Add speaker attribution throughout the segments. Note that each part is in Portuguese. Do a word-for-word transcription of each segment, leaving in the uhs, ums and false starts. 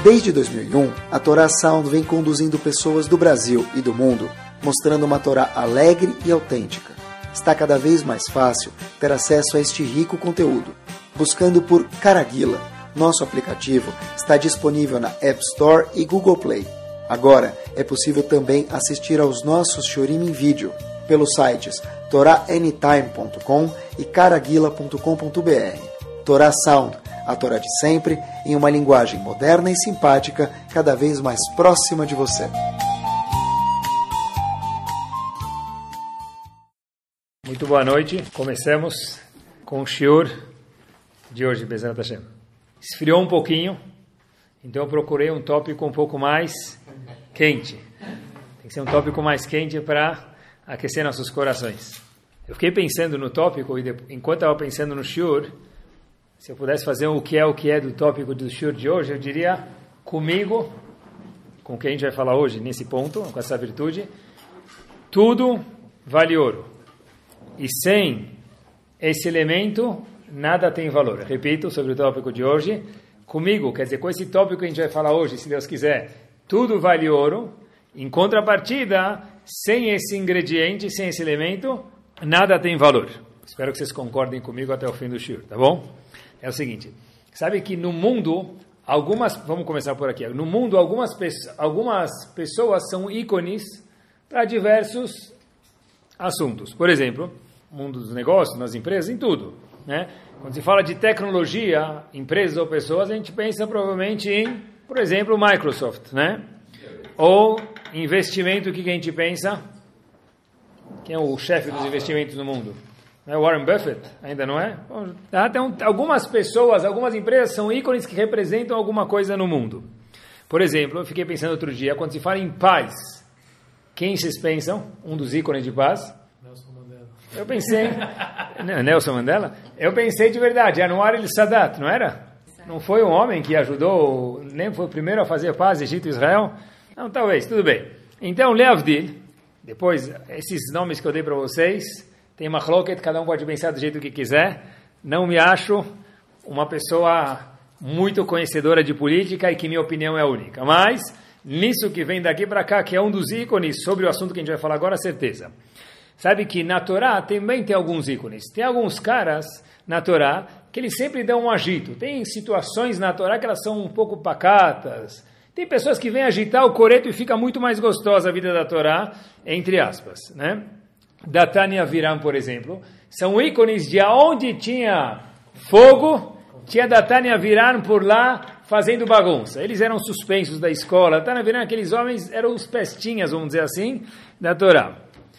Speaker 1: Desde dois mil e um, a Torá Sound vem conduzindo pessoas do Brasil e do mundo, mostrando uma Torá alegre e autêntica. Está cada vez mais fácil ter acesso a este rico conteúdo. Buscando por Caraguila, nosso aplicativo está disponível na App Store e Google Play. Agora é possível também assistir aos nossos Shurim em vídeo pelos sites torá anytime ponto com e caraguila ponto com ponto br. Torá Sound, a Torá de sempre, em uma linguagem moderna e simpática, cada vez mais próxima de você.
Speaker 2: Muito boa noite. Começamos com o shiur de hoje, Bezerra Hashem. Esfriou um pouquinho, então eu procurei um tópico um pouco mais quente. Tem que ser um tópico mais quente para aquecer nossos corações. Eu fiquei pensando no tópico, e depois, enquanto estava pensando no shiur, se eu pudesse fazer o que é o que é do tópico do shiur de hoje, eu diria comigo, com quem a gente vai falar hoje, nesse ponto, com essa virtude, tudo vale ouro. E sem esse elemento, nada tem valor. Eu repito sobre o tópico de hoje. Comigo, quer dizer, com esse tópico que a gente vai falar hoje, se Deus quiser, tudo vale ouro. Em contrapartida, sem esse ingrediente, sem esse elemento, nada tem valor. Espero que vocês concordem comigo até o fim do shiur, tá bom? É o seguinte, sabe que no mundo, algumas, vamos começar por aqui, no mundo algumas, algumas pessoas são ícones para diversos assuntos. Por exemplo, no mundo dos negócios, nas empresas, em tudo, né? Quando se fala de tecnologia, empresas ou pessoas, a gente pensa provavelmente em, por exemplo, Microsoft, né? Ou investimento, o que a gente pensa? Quem é o chefe dos investimentos no mundo? É Warren Buffett? Ainda não é? Tá? Então, algumas pessoas, algumas empresas são ícones que representam alguma coisa no mundo. Por exemplo, eu fiquei pensando outro dia, quando se fala em paz, quem vocês pensam? Um dos ícones de paz?
Speaker 3: Nelson Mandela.
Speaker 2: Eu pensei... Nelson Mandela? Eu pensei de verdade, Anwar el-Sadat, não era? Não foi um homem que ajudou, nem foi o primeiro a fazer paz Egito e Israel? Não, talvez, tudo bem. Então, Leavdil, depois, esses nomes que eu dei para vocês, tem machloket, cada um pode pensar do jeito que quiser. Não me acho uma pessoa muito conhecedora de política e que minha opinião é única. Mas, nisso que vem daqui para cá, que é um dos ícones sobre o assunto que a gente vai falar agora, certeza. Sabe que na Torá também tem alguns ícones. Tem alguns caras na Torá que eles sempre dão um agito. Tem situações na Torá que elas são um pouco pacatas. Tem pessoas que vêm agitar o coreto e fica muito mais gostosa a vida da Torá, entre aspas, né? Datan e Aviram, por exemplo, são ícones de aonde tinha fogo, tinha Datan e Aviram por lá fazendo bagunça. Eles eram suspensos da escola. Datan e Aviram, aqueles homens, eram os pestinhas, vamos dizer assim, da Torá.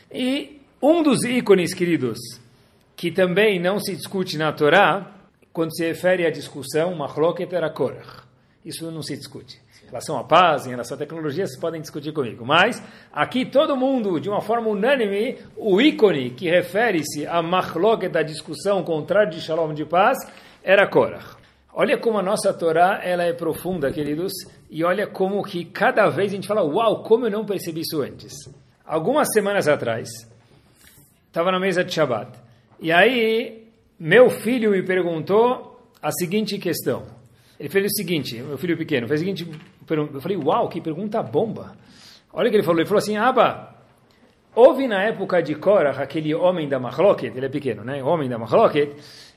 Speaker 2: E um dos ícones, queridos, que também não se discute na Torá, quando se refere à discussão, machloket era Korach. Isso não se discute. Em relação à paz, em relação à tecnologia, vocês podem discutir comigo. Mas, aqui todo mundo, de uma forma unânime, o ícone que refere-se a machloket da discussão contrária de shalom, de paz, era Korach. Olha como a nossa Torá ela é profunda, queridos, e olha como que cada vez a gente fala, uau, como eu não percebi isso antes. Algumas semanas atrás, estava na mesa de Shabbat, e aí meu filho me perguntou a seguinte questão. Ele fez o seguinte, meu filho pequeno, fez o seguinte, eu falei, uau, que pergunta bomba. Olha o que ele falou, ele falou assim, Abba, houve na época de Korach, aquele homem da Machloket, ele é pequeno, né, o homem da Machloket,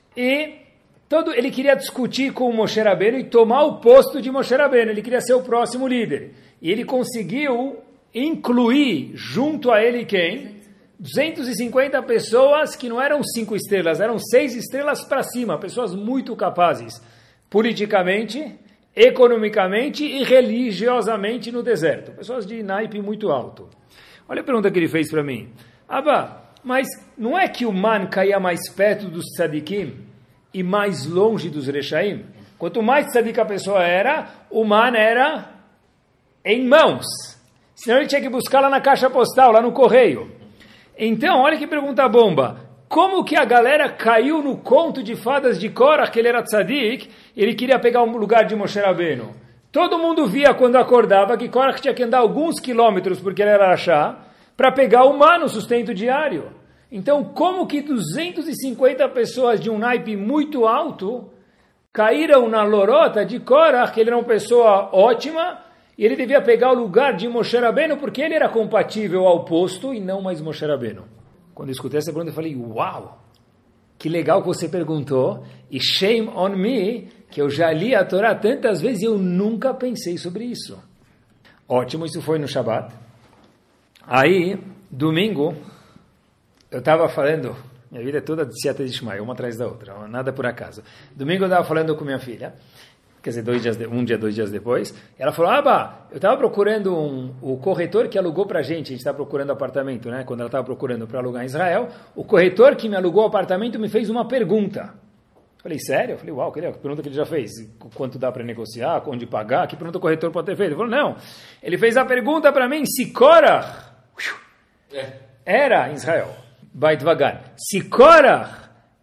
Speaker 2: e todo, ele queria discutir com o Moshe Rabbeinu e tomar o posto de Moshe Rabbeinu, ele queria ser o próximo líder. E ele conseguiu incluir junto a ele quem? duzentas e cinquenta pessoas que não eram cinco estrelas, eram seis estrelas para cima, pessoas muito capazes, politicamente, economicamente e religiosamente no deserto. Pessoas de naipe muito alto. Olha a pergunta que ele fez para mim. Abba, mas não é que o man caía mais perto dos tzadikim e mais longe dos rechaim? Quanto mais tzadik a pessoa era, o man era em mãos. Senão ele tinha que buscar lá na caixa postal, lá no correio. Então, olha que pergunta bomba. Como que a galera caiu no conto de fadas de Korach, que ele era tzadik, e ele queria pegar o lugar de Moshe Rabbeinu? Todo mundo via quando acordava que Korach tinha que andar alguns quilômetros, porque ele era Rashá, para pegar o mano, sustento diário. Então, como que duzentas e cinquenta pessoas de um naipe muito alto caíram na lorota de Korach, que ele era uma pessoa ótima, e ele devia pegar o lugar de Moshe Rabbeinu, porque ele era compatível ao posto e não mais Moshe Rabbeinu. Quando eu escutei essa pergunta, eu falei, uau, que legal que você perguntou, e shame on me, que eu já li a Torá tantas vezes e eu nunca pensei sobre isso. Ótimo, isso foi no Shabbat. Aí, domingo, eu estava falando, minha vida é toda de Siata de Ishmael, uma atrás da outra, nada por acaso. Domingo eu estava falando com minha filha, quer dizer, dois dias de, um dia, dois dias depois, e ela falou, ah, bah, eu estava procurando um, o corretor que alugou para a gente, a gente estava procurando apartamento, né? Quando ela estava procurando para alugar em Israel, o corretor que me alugou o apartamento me fez uma pergunta. Falei, sério? Eu falei, uau, que pergunta que ele já fez, quanto dá para negociar, onde pagar, que pergunta o corretor pode ter feito? Ele falou, não, ele fez a pergunta para mim, se Korach era em Israel, vai devagar, se Korach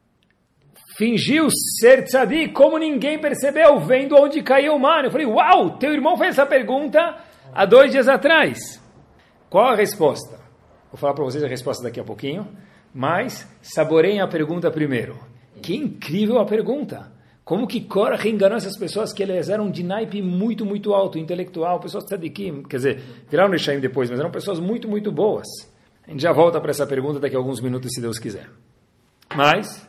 Speaker 2: fingiu ser tzadik, como ninguém percebeu, vendo onde caiu o mar. Eu falei, uau, teu irmão fez essa pergunta há dois dias atrás. Qual a resposta? Vou falar para vocês a resposta daqui a pouquinho, mas saboreiem a pergunta primeiro. Que incrível a pergunta. Como que Korach enganou essas pessoas que eles eram de naipe muito, muito alto, intelectual, pessoas tzadikim, quer dizer, viraram Rechaim depois, mas eram pessoas muito, muito boas. A gente já volta para essa pergunta daqui a alguns minutos, se Deus quiser. Mas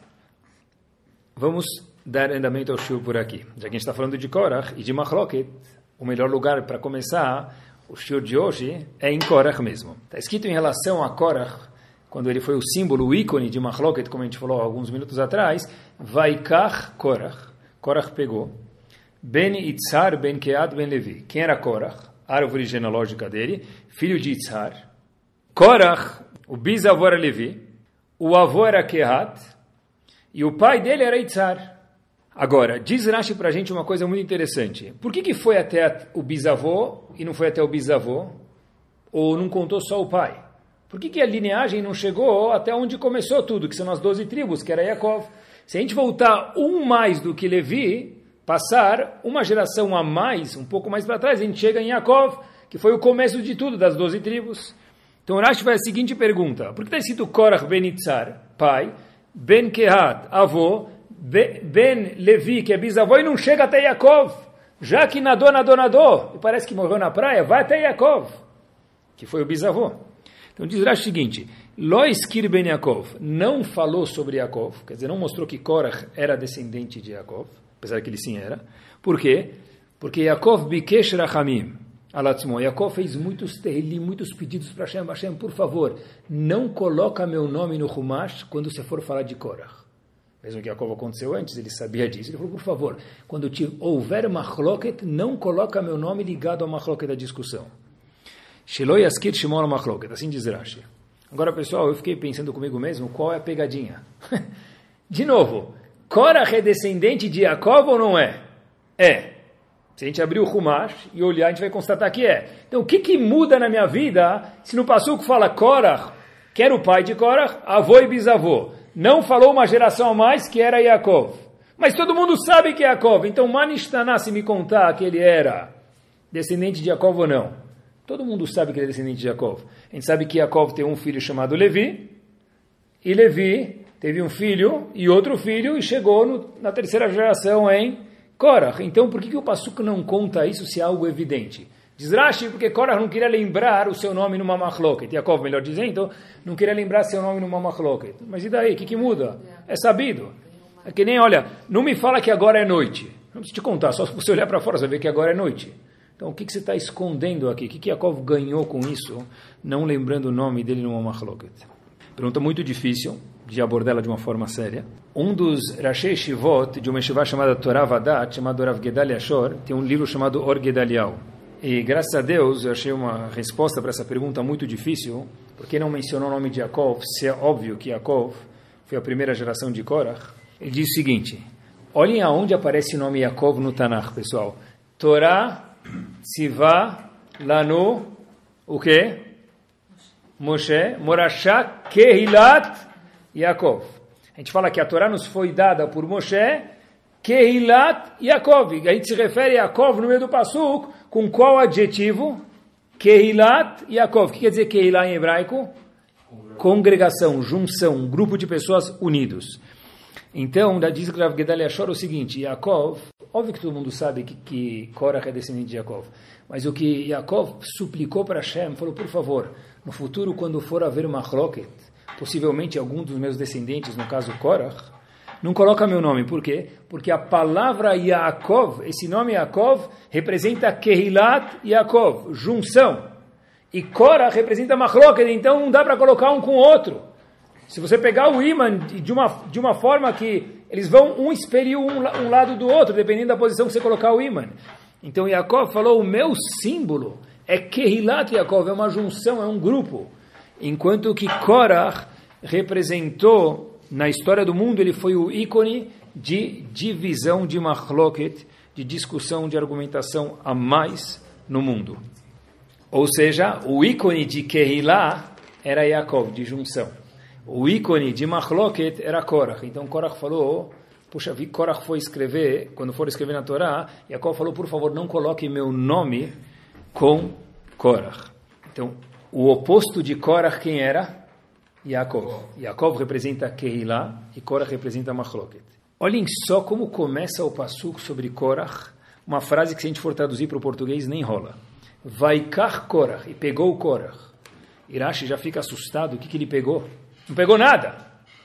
Speaker 2: vamos dar andamento ao shiur por aqui. Já que a gente está falando de Korach e de Machloket, o melhor lugar para começar o shiur de hoje é em Korach mesmo. Está escrito em relação a Korach, quando ele foi o símbolo, o ícone de Machloket, como a gente falou alguns minutos atrás, Vaikach Korach. Korach pegou. Ben Itzhar ben Keat ben Levi. Quem era Korach? Árvore genealógica dele, filho de Itzhar. Korach, o bisavô era Levi, o avô era Keat, e o pai dele era Itzhar. Agora, diz Rashi para a gente uma coisa muito interessante. Por que, que foi até o bisavô e não foi até o bisavô? Ou não contou só o pai? Por que, que a lineagem não chegou até onde começou tudo, que são as doze tribos, que era Yaakov? Se a gente voltar um mais do que Levi, passar uma geração a mais, um pouco mais para trás, a gente chega em Yaakov, que foi o começo de tudo, das doze tribos. Então Rashi faz a seguinte pergunta. Por que está escrito Korach ben Itzhar, pai, Ben Kehat, avô, Ben Levi, que é bisavô, e não chega até Yaakov? Já que nadou, nadou, nadou, e parece que morreu na praia, vai até Yaakov, que foi o bisavô. Então diz Rashi o seguinte, Lo Iskir ben Yaakov, não falou sobre Yaakov, quer dizer, não mostrou que Korach era descendente de Yaakov, apesar que ele sim era. Por quê? Porque Yaakov bikesh rachamim alatzmo. Yaakov fez muitos terrelim, muitos pedidos para Hashem. Hashem, por favor, não coloca meu nome no Humash quando você for falar de Korach. Mesmo que Yaakov aconteceu antes, ele sabia disso. Ele falou, por favor, quando houver machloket, não coloca meu nome ligado ao machloket da discussão. Shelo yaskir shimon machloket, assim diz Rashi. Agora, pessoal, eu fiquei pensando comigo mesmo, qual é a pegadinha? De novo, Korach é descendente de Yaakov ou não é? É. Se a gente abrir o Humash e olhar, a gente vai constatar que é. Então, o que, que muda na minha vida se no passuco fala Korach, que era o pai de Korach, avô e bisavô? Não falou uma geração a mais que era Yaakov. Mas todo mundo sabe que é Yaakov. Então, Manishtaná, se me contar que ele era descendente de Yaakov ou não. Todo mundo sabe que ele é descendente de Yaakov. A gente sabe que Yaakov tem um filho chamado Levi, e Levi teve um filho e outro filho, e chegou no, na terceira geração em Korach. Então, por que, que o Passuco não conta isso se é algo evidente? Diz Rashi, porque Korach não queria lembrar o seu nome numa machloket. Yaakov, melhor dizendo, não queria lembrar seu nome numa machloket. Mas e daí? O que, que muda? É sabido. É que nem, olha, não me fala que agora é noite. Não preciso te contar, só se você olhar para fora, você vai ver que agora é noite. Então, o que, que você está escondendo aqui? O que, que Yaakov ganhou com isso, não lembrando o nome dele numa machloket? Pergunta muito difícil de abordá-la de uma forma séria. Um dos Rashei Shivot, de uma yeshiva chamada Torah Vadat, chamado Rav Gedalia Shor, tem um livro chamado Or Gedaliau. E, graças a Deus, eu achei uma resposta para essa pergunta muito difícil, porque não mencionou o nome de Yaakov, se é óbvio que Yaakov foi a primeira geração de Korach. Ele diz o seguinte, olhem aonde aparece o nome Yaakov no Tanakh, pessoal. Torah Tzivá Lanu, o quê? Moshe, Morashá Kehilat Yaakov. A gente fala que a Torá nos foi dada por Moshe, Kehilat Yaakov. A gente se refere a Yaakov no meio do Passuk, com qual adjetivo? Kehilat Yaakov. O que quer dizer Kehilat em hebraico? Congregação, junção, um grupo de pessoas unidos. Então, diz Rav Gedalia Shor o seguinte, Yaakov, óbvio que todo mundo sabe que, que Korach é descendente de Yaakov, mas o que Yaakov suplicou para Hashem, falou, por favor, no futuro, quando for haver Machloket, possivelmente algum dos meus descendentes, no caso Korach, não coloca meu nome. Por quê? Porque a palavra Yaakov, esse nome Yaakov, representa Kehilat Yaakov, junção. E Korach representa Machloket, então não dá para colocar um com o outro. Se você pegar o imã de uma, de uma forma que eles vão um espelho um, um lado do outro, dependendo da posição que você colocar o imã. Então Yaakov falou, o meu símbolo é Kehilat Yaakov, é uma junção, é um grupo. Enquanto que Korach representou, na história do mundo, ele foi o ícone de divisão de Machloket, de discussão, de argumentação a mais no mundo. Ou seja, o ícone de Kehilá era Yaakov, de junção. O ícone de Machloket era Korach. Então Korach falou, puxa, vi Korach foi escrever, quando for escrever na Torá, Yaakov falou, por favor, não coloque meu nome com Korach. Então, o oposto de Korach quem era? Yaakov. Yaakov representa Kehilá e Korach representa Machloket. Olhem só como começa o passuco sobre Korach, uma frase que se a gente for traduzir para o português nem rola. Vaikach Korach, e pegou o Korach. Irashi já fica assustado, o que, que ele pegou? Não pegou nada.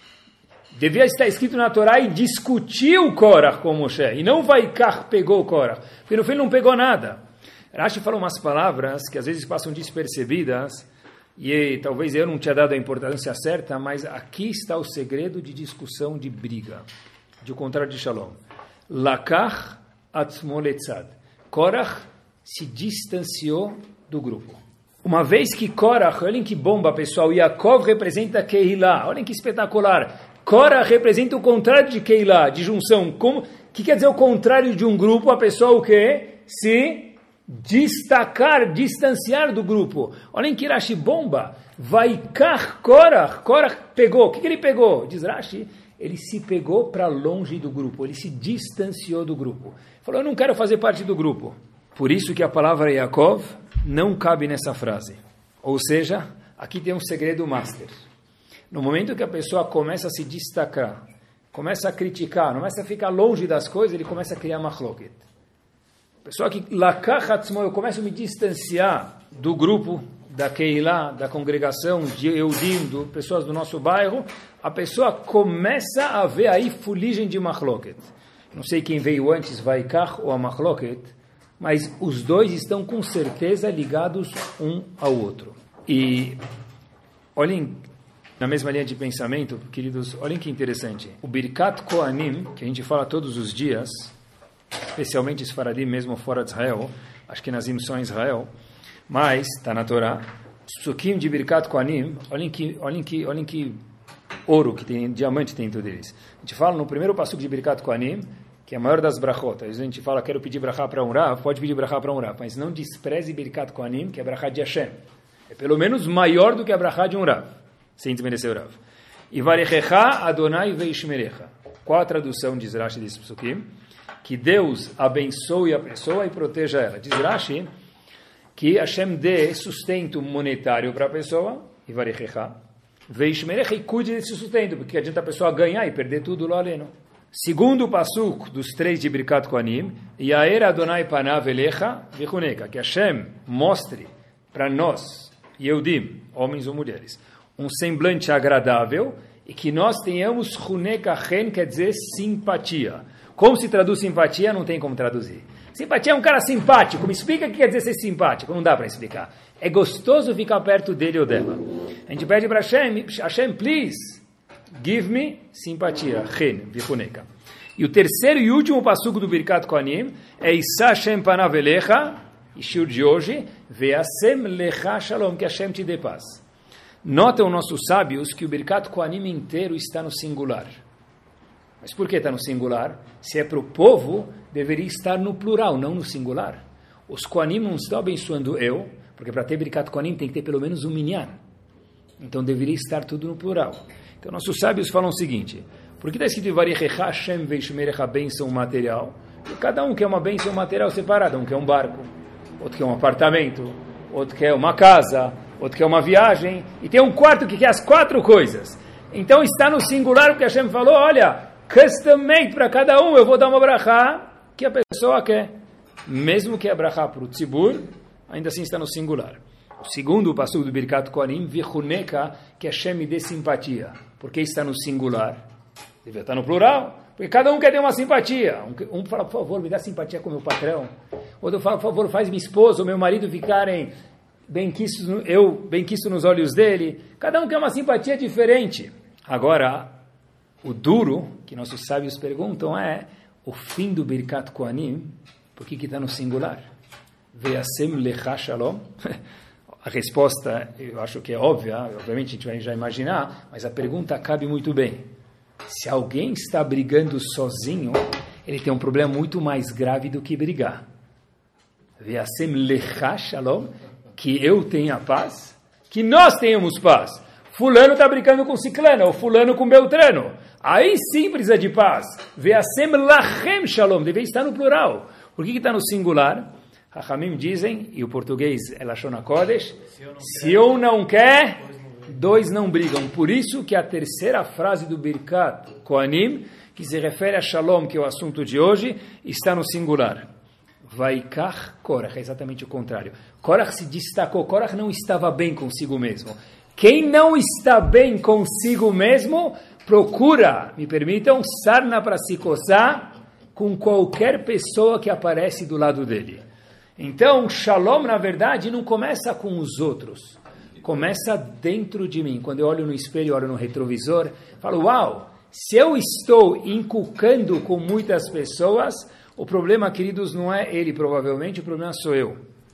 Speaker 2: Devia estar escrito na Torá e discutiu Korach com Moshe. E não Vaikach pegou Korach. Porque no fim não pegou nada. Rashi fala umas palavras que às vezes passam despercebidas. E talvez eu não tinha dado a importância certa. Mas aqui está o segredo de discussão, de briga. De o contrário de Shalom. Lakach atzmo letzad. Korach se distanciou do grupo. Uma vez que Korach, olhem que bomba, pessoal, Yaakov representa Kehilá, olhem que espetacular. Korach representa o contrário de Kehilá, de junção. O que quer dizer o contrário de um grupo? A pessoa o quê? Se destacar, distanciar do grupo. Olhem que Rashi bomba. Vaikach Korach, Korach pegou. O que, que ele pegou? Diz Rashi, ele se pegou para longe do grupo, ele se distanciou do grupo. Falou, eu não quero fazer parte do grupo. Por isso que a palavra Yaakov não cabe nessa frase. Ou seja, aqui tem um segredo master. No momento que a pessoa começa a se destacar, começa a criticar, começa a ficar longe das coisas, ele começa a criar machloket. A pessoa que lakach atzmo, eu começo a me distanciar do grupo, da Keilah, da congregação, de Eudim, de pessoas do nosso bairro, a pessoa começa a ver aí fuligem de machloket. Não sei quem veio antes, Vaikach ou a machloket, mas os dois estão com certeza ligados um ao outro. E olhem, na mesma linha de pensamento, queridos, olhem que interessante. O Birkat Kohanim, que a gente fala todos os dias, especialmente os Faradim, mesmo fora de Israel, acho que Nazim só em Israel, mas está na Torá, os psukim de Birkat Kohanim, olhem que, olhem que, olhem que ouro que tem, diamante dentro deles. A gente fala no primeiro passuco de Birkat Kohanim, que é a maior das brachot. Às vezes a gente fala, quero pedir brachá para um Rav, pode pedir brachá para um Rav, mas não despreze Birkat Kohanim, que é brachá de Hashem. É pelo menos maior do que a brachá de um Rav, sem desmerecer o Rav. E varechecha Adonai veishmerecha. Qual a tradução, diz Rashi, desse psukim? Que Deus abençoe a pessoa e proteja ela. Diz Rashi que Hashem dê sustento monetário para a pessoa, e varechecha, veishmerecha, e cuide desse sustento, porque adianta a pessoa ganhar e perder tudo lá aleno. Segundo o pasuk dos três de Birkat Kohanim, Yair Adonai panav elecha vechuneka, que Hashem mostre para nós, Yehudim, homens ou mulheres, um semblante agradável e que nós tenhamos chuneka chen, quer dizer simpatia. Como se traduz simpatia? Não tem como traduzir. Simpatia é um cara simpático. Me explica o que quer dizer ser simpático. Não dá para explicar. É gostoso ficar perto dele ou dela. A gente pede para Hashem, Hashem, please, give me simpatia, chen, vichuneka. E o terceiro e último passuco do Birkat Kohanim é Issa Hashem panav elecha, e shiur de hoje, ve'asem lecha shalom, que Hashem te dê paz. Notam nossos sábios que o Birkat Kohanim inteiro está no singular. Mas por que está no singular? Se é para o povo, deveria estar no plural, não no singular. Os Kohanim não estão abençoando eu, porque para ter Birkat Kohanim tem que ter pelo menos um minyan. Então deveria estar tudo no plural. Então nossos sábios falam o seguinte, por que está escrito Varechecha Hashem veishmerecha, bênção material? Porque cada um quer uma bênção material separada, um quer um barco, outro quer um apartamento, outro quer uma casa, outro quer uma viagem, e tem um quarto que quer as quatro coisas. Então está no singular porque Hashem falou, olha, custom made para cada um, eu vou dar uma brachá que a pessoa quer. Mesmo que a brachá para o tzibur, ainda assim está no singular. O segundo passo do Birkat Kohanim, Vichuneka, que Hashem me dê simpatia. Por que está no singular? Deve estar no plural. Porque cada um quer ter uma simpatia. Um, um fala, por favor, me dá simpatia com o meu patrão. Outro fala, por favor, faz minha esposa ou meu marido ficarem bem-quistos, eu bem-quisto nos olhos dele. Cada um quer uma simpatia diferente. Agora, o duro, que nossos sábios perguntam, é o fim do Birkat Kohanim. Por que está no singular? Ve'asem lecha shalom. A resposta, eu acho que é óbvia, obviamente a gente vai já imaginar, mas a pergunta cabe muito bem. Se alguém está brigando sozinho, ele tem um problema muito mais grave do que brigar. Ve'asem lecha shalom, que eu tenha paz, que nós tenhamos paz. Fulano está brigando com ciclano, ou fulano com beltrano. Aí sim precisa de paz. Ve'asem lachem shalom, deve estar no plural. Por que está no singular? Hachamim dizem, e o português é Lashon HaKodesh, se eu não quer, dois não brigam. Por isso que a terceira frase do Birkat Kohanim, que se refere a Shalom, que é o assunto de hoje, está no singular. Vaikach Korach, é exatamente o contrário. Korach se destacou, Korach não estava bem consigo mesmo. Quem não está bem consigo mesmo, procura, me permitam, sarna para se coçar com qualquer pessoa que aparece do lado dele. Então, Shalom, na verdade, não começa com os outros. Começa dentro de mim. Quando eu olho no espelho, olho no retrovisor, falo, uau, se eu estou inculcando com muitas pessoas, o problema, queridos, não é ele, provavelmente, o problema sou eu.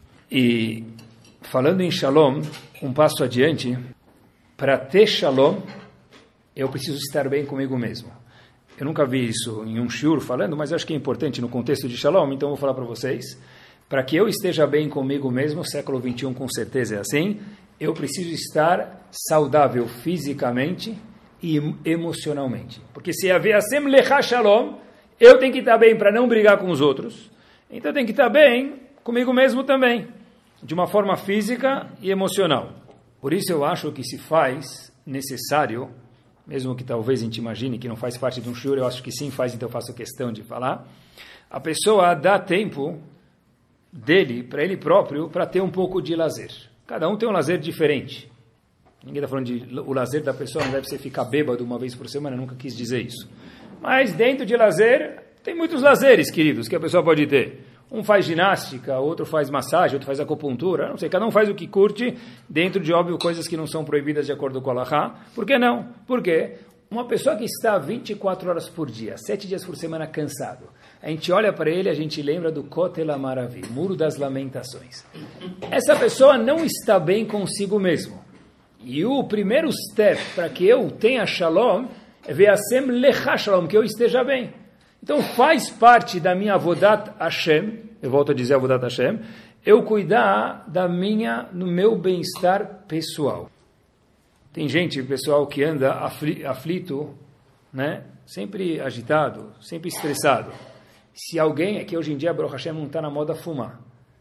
Speaker 2: E, falando em Shalom, um passo adiante, para ter Shalom, eu preciso estar bem comigo mesmo. Eu nunca vi isso em um shiur falando, mas eu acho que é importante no contexto de Shalom, então eu vou falar para vocês. Para que eu esteja bem comigo mesmo, século vinte e um com certeza é assim, eu preciso estar saudável fisicamente e emocionalmente. Porque se haver Asem Lecha Shalom, eu tenho que estar bem para não brigar com os outros, então eu tenho que estar bem comigo mesmo também, de uma forma física e emocional. Por isso eu acho que se faz necessário, mesmo que talvez a gente imagine que não faz parte de um shiur, eu acho que sim faz, então eu faço questão de falar, a pessoa dá tempo dele, para ele próprio, para ter um pouco de lazer. Cada um tem um lazer diferente. Ninguém está falando de o lazer da pessoa, não deve ser ficar bêbado uma vez por semana, eu nunca quis dizer isso. Mas dentro de lazer, tem muitos lazeres, queridos, que a pessoa pode ter. Um faz ginástica, outro faz massagem, outro faz acupuntura, não sei, cada um faz o que curte, dentro de, óbvio, coisas que não são proibidas de acordo com a Halachá. Por que não? Por quê? Uma pessoa que está vinte e quatro horas por dia, sete dias por semana cansado, a gente olha para ele, a gente lembra do Kotel HaMaravi, Muro das Lamentações. Essa pessoa não está bem consigo mesmo. E o primeiro step para que eu tenha Shalom é Ve'asem Lecha Shalom, que eu esteja bem. Então faz parte da minha Avodat Hashem, eu volto a dizer Avodat Hashem, eu cuidar da minha, no meu bem-estar pessoal. Tem gente, pessoal, que anda aflito, né? Sempre agitado, sempre estressado. Se alguém, é que hoje em dia, Baruch Hashem não está na moda fumar,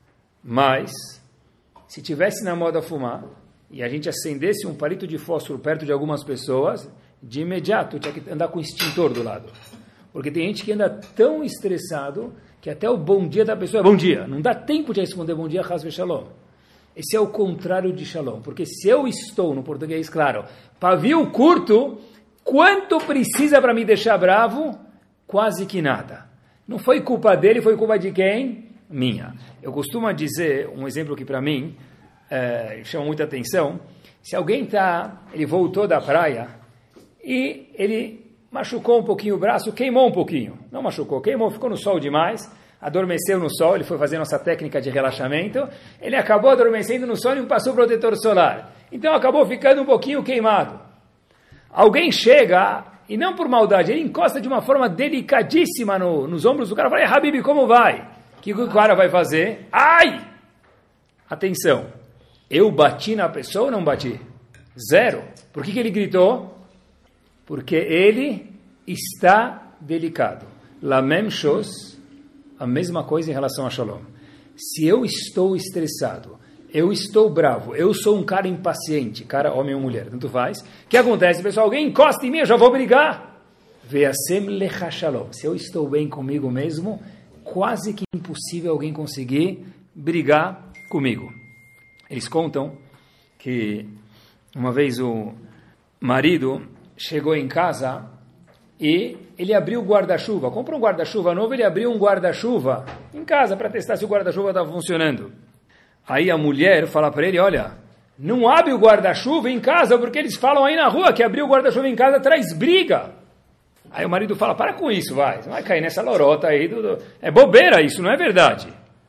Speaker 2: mas se tivesse na moda fumar e a gente acendesse um palito de fósforo perto de algumas pessoas, de imediato tinha que andar com o extintor do lado. Porque tem gente que anda tão estressado que até o bom dia da pessoa é bom dia. Não dá tempo de responder bom dia, Chas v'Shalom. Esse é o contrário de Shalom. Porque se eu estou, no português, claro, pavio curto, quanto precisa para me deixar bravo? Quase que nada. Não foi culpa dele, foi culpa de quem? Minha. Eu costumo dizer, um exemplo que para mim é, chama muita atenção. Se alguém está, ele voltou da praia e ele machucou um pouquinho o braço, queimou um pouquinho. Não machucou, queimou, ficou no sol demais, adormeceu no sol, ele foi fazer nossa técnica de relaxamento, ele acabou adormecendo no sol e não passou protetor solar. Então acabou ficando um pouquinho queimado. Alguém chega, e não por maldade, ele encosta de uma forma delicadíssima no, nos ombros do cara e fala, Habibi, como vai? O que o cara vai fazer? Ai! Atenção, eu bati na pessoa ou não bati? Zero. Por que, que ele gritou? Porque ele está delicado. La même chose, a mesma coisa em relação a Shalom. Se eu estou estressado, eu estou bravo, eu sou um cara impaciente, cara, homem ou mulher, tanto faz. O que acontece, pessoal? Alguém encosta em mim, eu já vou brigar. ve'asem lecha shalom. Se eu estou bem comigo mesmo, quase que impossível alguém conseguir brigar comigo. Eles contam que uma vez o marido chegou em casa e ele abriu o guarda-chuva. Comprou um guarda-chuva novo, ele abriu um guarda-chuva em casa para testar se o guarda-chuva estava funcionando. Aí a mulher fala para ele, olha, não abre o guarda-chuva em casa, porque eles falam aí na rua que abrir o guarda-chuva em casa traz briga. Aí o marido fala, para com isso, vai, você vai cair nessa lorota aí. Do, do... É bobeira isso, não é verdade.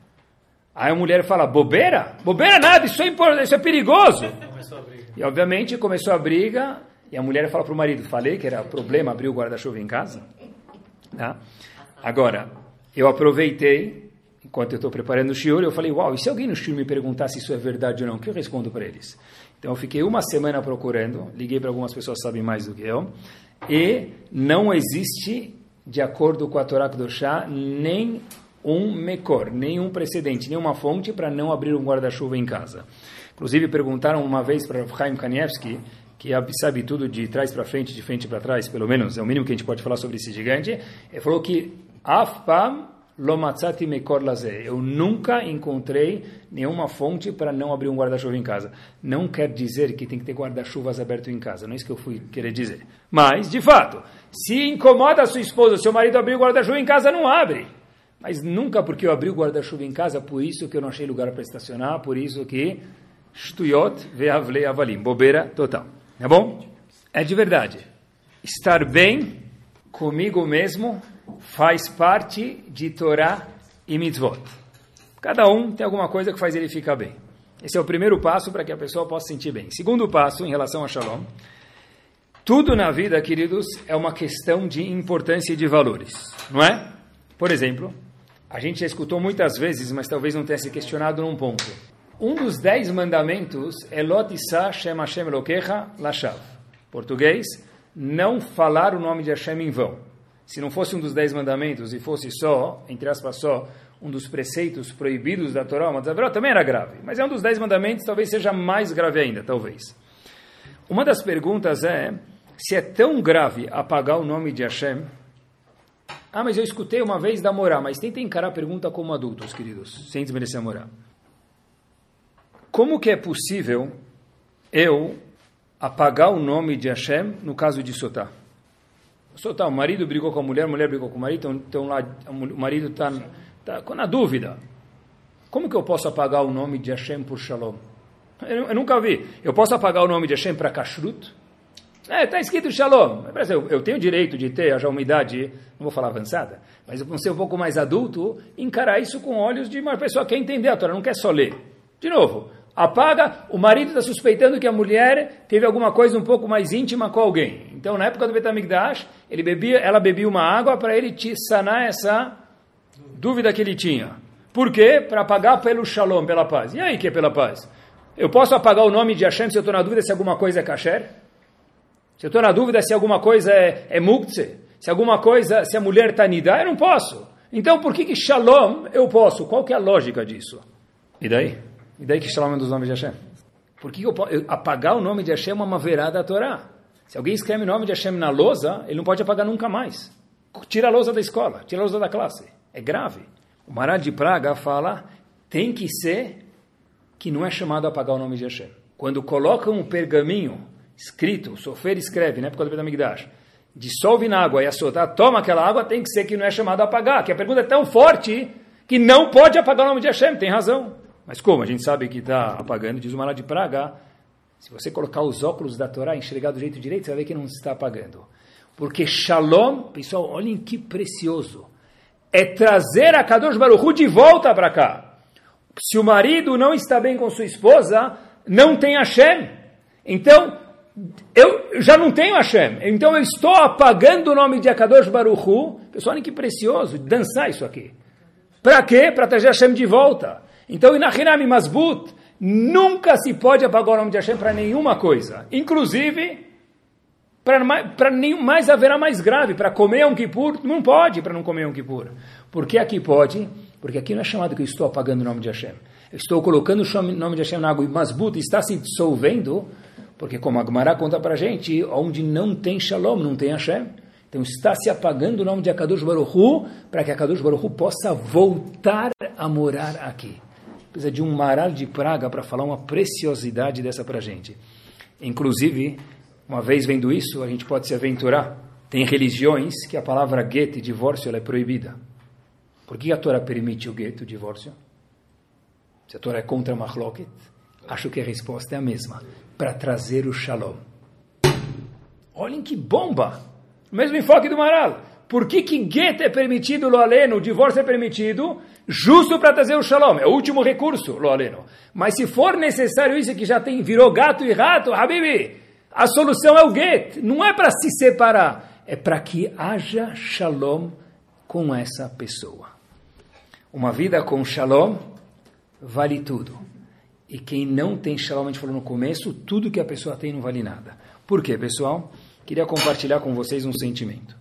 Speaker 2: Aí a mulher fala, bobeira? Bobeira nada, isso é, impor... isso é perigoso. E obviamente começou a briga, e a mulher fala para o marido, falei que era problema abrir o guarda-chuva em casa? Tá? Agora, eu aproveitei, enquanto eu estou preparando o shiur, eu falei, uau, e se alguém no shiur me perguntar se isso é verdade ou não, o que eu respondo para eles? Então eu fiquei uma semana procurando, liguei para algumas pessoas que sabem mais do que eu, e não existe, de acordo com a Torá Kedoshá, nem um mekor, nenhum precedente, nenhuma fonte para não abrir um guarda-chuva em casa. Inclusive perguntaram uma vez para Chaim Kanievski, que sabe tudo de trás para frente, de frente para trás, pelo menos, é o mínimo que a gente pode falar sobre esse gigante, ele falou que Afpam lo matzati mekor lazeh. Eu nunca encontrei nenhuma fonte para não abrir um guarda-chuva em casa. Não quer dizer que tem que ter guarda-chuvas aberto em casa, não é isso que eu fui querer dizer. Mas, de fato, se incomoda a sua esposa, seu marido abrir o guarda-chuva em casa, não abre. Mas nunca porque eu abri o guarda-chuva em casa, por isso que eu não achei lugar para estacionar, por isso que shtuyot ve'avlei avalim, bobeira total. É bom? É de verdade. Estar bem comigo mesmo faz parte de Torá e mitzvot. Cada um tem alguma coisa que faz ele ficar bem. Esse é o primeiro passo para que a pessoa possa se sentir bem. Segundo passo, em relação a Shalom, tudo na vida, queridos, é uma questão de importância e de valores, não é? Por exemplo, a gente já escutou muitas vezes, mas talvez não tenha se questionado num ponto. Um dos dez mandamentos é Lo tisa Shem Hashem Elokecha Lashav. Português, não falar o nome de Hashem em vão. Se não fosse um dos dez mandamentos e fosse só, entre aspas só, um dos preceitos proibidos da Torá, mas também era grave. Mas é um dos dez mandamentos, talvez seja mais grave ainda, talvez. Uma das perguntas é, se é tão grave apagar o nome de Hashem. Ah, mas eu escutei uma vez da Morá, mas tenta encarar a pergunta como adultos, queridos, sem desmerecer a Morá. Como que é possível eu apagar o nome de Hashem no caso de Sotá? Sotá, o marido brigou com a mulher, a mulher brigou com o marido, então, então lá o marido está tá, na dúvida. Como que eu posso apagar o nome de Hashem por Shalom? Eu, eu nunca vi. Eu posso apagar o nome de Hashem para Kashrut? É, está escrito Shalom. Eu, eu tenho o direito de ter já uma idade, não vou falar avançada, mas eu ser um pouco mais adulto, encarar isso com olhos de uma pessoa que quer entender a Torá, não quer só ler. De novo, apaga, o marido está suspeitando que a mulher teve alguma coisa um pouco mais íntima com alguém. Então, na época do Bet HaMikdash, ele bebia, ela bebia uma água para ele te sanar essa dúvida que ele tinha. Por quê? Para apagar pelo Shalom, pela paz. E aí que é pela paz? Eu posso apagar o nome de Hashem se eu estou na dúvida se alguma coisa é kasher? Se eu estou na dúvida se alguma coisa é, é muktzeh? Se alguma coisa, se a mulher está nidá? Eu não posso. Então, por que que Shalom eu posso? Qual que é a lógica disso? E daí? E daí que Shalom é um dos nomes de Hashem? Por que eu posso eu, apagar o nome de Hashem é uma verá da Torá? Se alguém escreve o nome de Hashem na lousa, ele não pode apagar nunca mais. Tira a lousa da escola, tira a lousa da classe. É grave. O Maharaj de Praga fala, tem que ser que não é chamado a apagar o nome de Hashem. Quando colocam um pergaminho escrito, o Sofer escreve, na época do Bet HaMikdash, dissolve na água e a Sotá toma aquela água, tem que ser que não é chamado a apagar. Que a pergunta é tão forte que não pode apagar o nome de Hashem, tem razão. Mas como? A gente sabe que está apagando, diz o Maharaj de Praga, se você colocar os óculos da Torá e enxergar do jeito direito, você vai ver que não está apagando. Porque Shalom, pessoal, olhem que precioso, é trazer a Kadosh Baruch Hu de volta para cá. Se o marido não está bem com sua esposa, não tem Hashem. Então, eu já não tenho Hashem. Então eu estou apagando o nome de Kadosh Baruch Hu. Pessoal, olhem que precioso, dançar isso aqui. Para quê? Para trazer Hashem de volta. Então, Inachinami Masbut, nunca se pode apagar o nome de Hashem para nenhuma coisa. Inclusive, para mais haverá mais grave, para comer um Kippur, não pode para não comer um Kippur. Por que aqui pode? Porque aqui não é chamado que eu estou apagando o nome de Hashem. Eu estou colocando o nome de Hashem na água e Masbut está se dissolvendo, porque como a Gemara conta para a gente, onde não tem Shalom, não tem Hashem. Então está se apagando o nome de Akadosh Baruch Hu para que Akadosh Baruch Hu possa voltar a morar aqui. Precisa de um Maral de Praga para falar uma preciosidade dessa para a gente. Inclusive, uma vez vendo isso, a gente pode se aventurar. Tem religiões que a palavra get, divórcio, ela é proibida. Por que a Torá permite o get, o divórcio? Se a Torá é contra Mahloket, acho que a resposta é a mesma. Para trazer o shalom. Olhem que bomba! O mesmo enfoque do Maral. Por que que get é permitido, lo aleno, o divórcio é permitido? Justo para trazer o shalom. É o último recurso, lo aleno. Mas se for necessário isso que já tem, virou gato e rato, Habibi, a solução é o get. Não é para se separar. É para que haja shalom com essa pessoa. Uma vida com shalom vale tudo. E quem não tem shalom, a gente falou no começo, tudo que a pessoa tem não vale nada. Por quê, pessoal? Queria compartilhar com vocês um sentimento.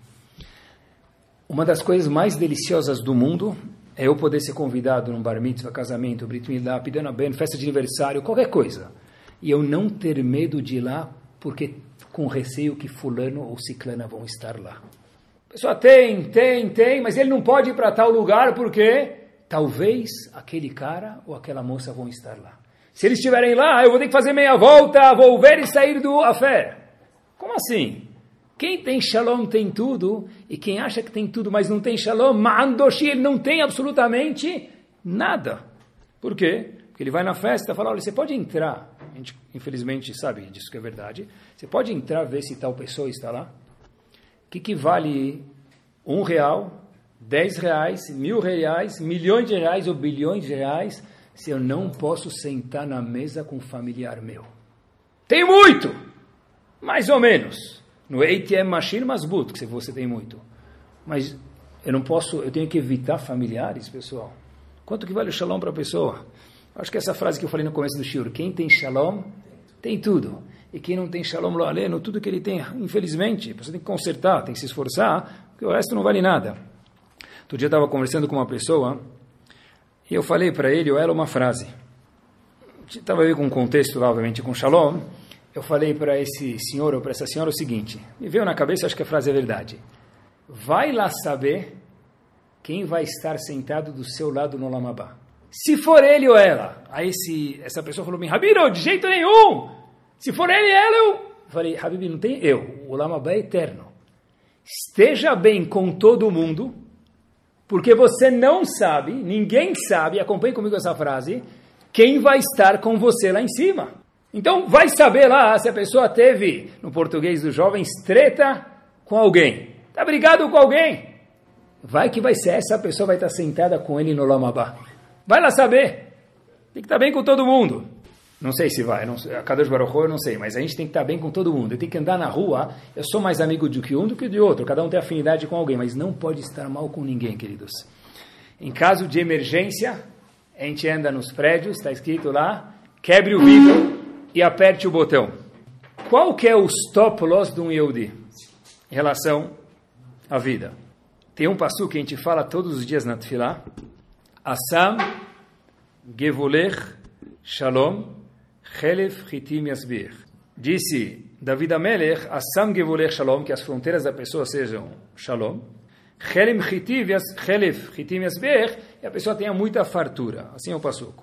Speaker 2: Uma das coisas mais deliciosas do mundo é eu poder ser convidado num bar mitzvah, casamento, brit milah, pidana ben, festa de aniversário, qualquer coisa. E eu não ter medo de ir lá, porque com receio que fulano ou ciclana vão estar lá. A pessoa tem, tem, tem, mas ele não pode ir para tal lugar porque talvez aquele cara ou aquela moça vão estar lá. Se eles estiverem lá, eu vou ter que fazer meia volta, volver e sair do afé. Como assim? Quem tem shalom tem tudo, e quem acha que tem tudo, mas não tem shalom, ma'andoshi, ele não tem absolutamente nada. Por quê? Porque ele vai na festa e fala, olha, você pode entrar, a gente infelizmente sabe disso que é verdade, você pode entrar, ver se tal pessoa está lá. O que, que vale um real, dez reais, mil reais, milhões de reais ou bilhões de reais, se eu não posso sentar na mesa com um familiar meu? Tem muito! Mais ou menos. No A T M Machine Masbut, que você tem muito. Mas eu não posso, eu tenho que evitar familiares, pessoal. Quanto que vale o shalom para a pessoa? Acho que essa frase que eu falei no começo do shiur, quem tem shalom, tem tudo. E quem não tem shalom lo aleno, tudo que ele tem, infelizmente, você tem que consertar, tem que se esforçar, porque o resto não vale nada. Outro dia eu estava conversando com uma pessoa, e eu falei para ele ou ela uma frase. Estava aí com um contexto lá, obviamente, com shalom. Eu falei para esse senhor ou para essa senhora o seguinte, me veio na cabeça, acho que a frase é verdade. Vai lá saber quem vai estar sentado do seu lado no Olam Haba. Se for ele ou ela. Aí esse, essa pessoa falou para mim, Habib, de jeito nenhum. Se for ele ou ela, eu... Falei, Habib, não tem eu. O Olam Haba é eterno. Esteja bem com todo mundo, porque você não sabe, ninguém sabe, acompanhe comigo essa frase, quem vai estar com você lá em cima. Então, vai saber lá se a pessoa teve, no português dos jovens, treta com alguém. Está brigado com alguém? Vai que vai ser essa pessoa vai estar sentada com ele no Olam Haba. Vai lá saber. Tem que estar bem com todo mundo. Não sei se vai, não, a Kadosh Baruch Hu eu não sei, mas a gente tem que estar bem com todo mundo. Eu tenho que andar na rua, eu sou mais amigo de que um do que de outro. Cada um tem afinidade com alguém, mas não pode estar mal com ninguém, queridos. Em caso de emergência, a gente anda nos prédios, está escrito lá, quebre o vidro e aperte o botão. Qual que é o stop loss de um Yehudi em relação à vida? Tem um passo que a gente fala todos os dias na Tefilá. Asam, Gevolech, Shalom, Chelef, Chitim, Yasbir. Disse David Amelech, Asam, Gevolech, Shalom, que as fronteiras da pessoa sejam Shalom. Chelef, Chitim, Yasbir, e a pessoa tenha muita fartura. Assim é o passuco.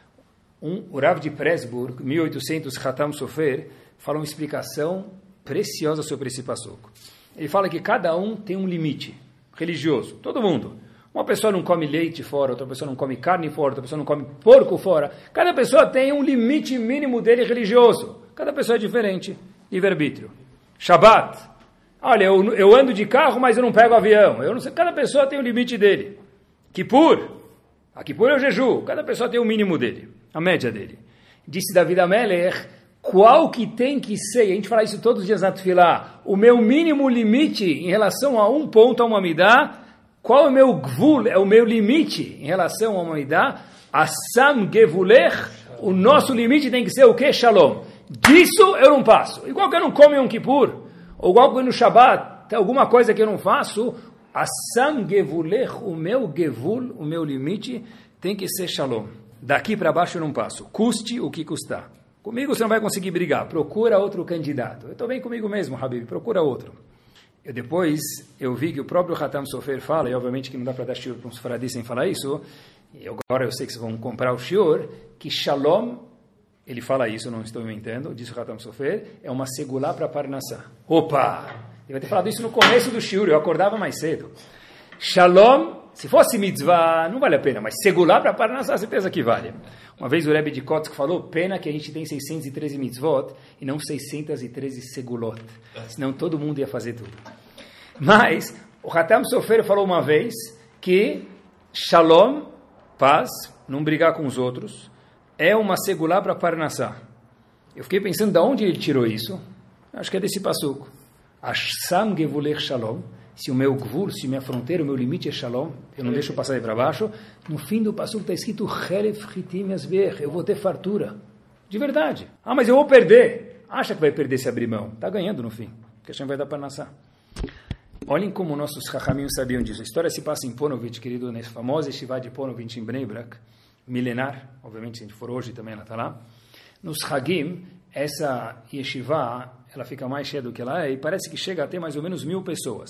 Speaker 2: Um, o Rav de Presburg, mil e oitocentos, Hatam Sofer, fala uma explicação preciosa sobre esse passuco. Ele fala que cada um tem um limite religioso, todo mundo. Uma pessoa não come leite fora, outra pessoa não come carne fora, outra pessoa não come porco fora. Cada pessoa tem um limite mínimo dele religioso. Cada pessoa é diferente, livre-arbítrio. Shabbat. Olha, eu, eu ando de carro, mas eu não pego avião. Eu não sei, cada pessoa tem o limite dele. Kippur. A Kippur é o jejum. Cada pessoa tem o mínimo dele, a média dele. Disse David Amelech, qual que tem que ser, a gente fala isso todos os dias na Tefilá, o meu mínimo limite em relação a um ponto, a uma midá, qual é o meu gvul, é o meu limite em relação a uma midá? Asam gevulech, o nosso limite tem que ser o quê? Shalom. Disso eu não passo. Igual que eu não como em um Kippur, ou igual que no Shabbat, tem alguma coisa que eu não faço, Asam gevulech, o meu gevul, o meu limite, tem que ser Shalom. Daqui para baixo eu não passo. Custe o que custar. Comigo você não vai conseguir brigar. Procura outro candidato. Eu estou bem comigo mesmo, Habib. Procura outro. Eu depois, eu vi que o próprio Hatam Sofer fala, e obviamente que não dá para dar shiur para uns faradis sem falar isso, e agora eu sei que vocês vão comprar o shiur, que Shalom, ele fala isso, não estou inventando, diz o Hatam Sofer, é uma segulá para Parnassá. Opa! Eu ia ter falado isso no começo do shiur, eu acordava mais cedo. Shalom, se fosse mitzvah, não vale a pena, mas segulá para Parnassá, certeza que vale. Uma vez o Rebbe de Kotsk falou, pena que a gente tem seiscentos e treze mitzvot e não seiscentos e treze segulot, senão todo mundo ia fazer tudo. Mas o Hatam Sofer falou uma vez que Shalom, paz, não brigar com os outros, é uma segulá para Parnassá. Eu fiquei pensando de onde ele tirou isso. Acho que é desse passuco. Asham gevulech Shalom. Se o meu gvul, se minha fronteira, o meu limite é Shalom, eu não deixo passar aí para baixo. No fim do passuco está escrito Chelef chitim yasber, eu vou ter fartura. De verdade. Ah, mas eu vou perder. Acha que vai perder se abrir mão. Está ganhando no fim. Porque a Hashem vai dar Parnassá. Olhem como nossos Chachamim sabiam disso. A história se passa em Ponovitch, querido, nesse famoso Yeshiva de Ponovitch, em Bnei Brak, milenar, obviamente, se a gente for hoje também ela está lá. Nos Hagim, essa Yeshiva, ela fica mais cheia do que ela é, e parece que chega a ter mais ou menos mil pessoas.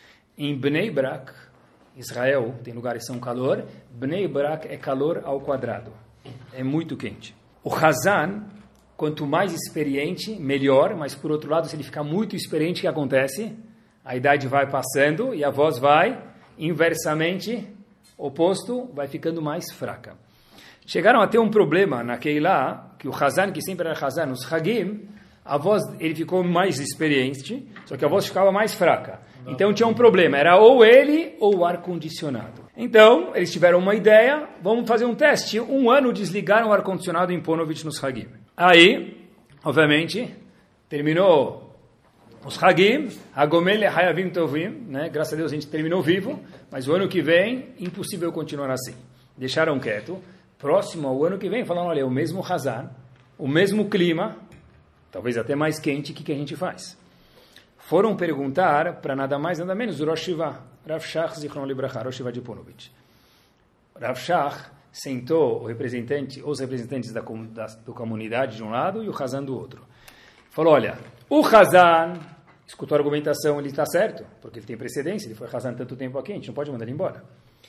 Speaker 2: Em Bnei Brak, Israel, tem lugares que são calor, Bnei Brak é calor ao quadrado. É muito quente. O Hazan, quanto mais experiente, melhor, mas por outro lado, se ele ficar muito experiente, o que acontece? A idade vai passando e a voz vai inversamente oposto, vai ficando mais fraca. Chegaram a ter um problema na Keilah, que o Hazan, que sempre era Hazan, os Hagim, a voz, ele ficou mais experiente, só que a voz ficava mais fraca. Então tinha um problema, era ou ele ou o ar-condicionado. Então, eles tiveram uma ideia, vamos fazer um teste. Um ano desligaram o ar-condicionado em Ponovitch nos Hagim. Aí, obviamente, terminou os Hagim, Hagomel Hayavim Tovim, né? Graças a Deus a gente terminou vivo, mas o ano que vem, impossível continuar assim. Deixaram quieto. Próximo ao ano que vem, falaram, olha, o mesmo Hazan, o mesmo clima, talvez até mais quente, o que, que a gente faz? Foram perguntar para nada mais, nada menos, o Rosh Shiva, Rav Shach Zichron Libracha, Rosh Shiva de Ponovitch. Rav Shach sentou o representante, os representantes da, da, da comunidade de um lado e o Hazan do outro. Falou, olha, o Hazan, escutou a argumentação, ele está certo, porque ele tem precedência, ele foi Hazan tanto tempo aqui, a gente não pode mandar ele embora.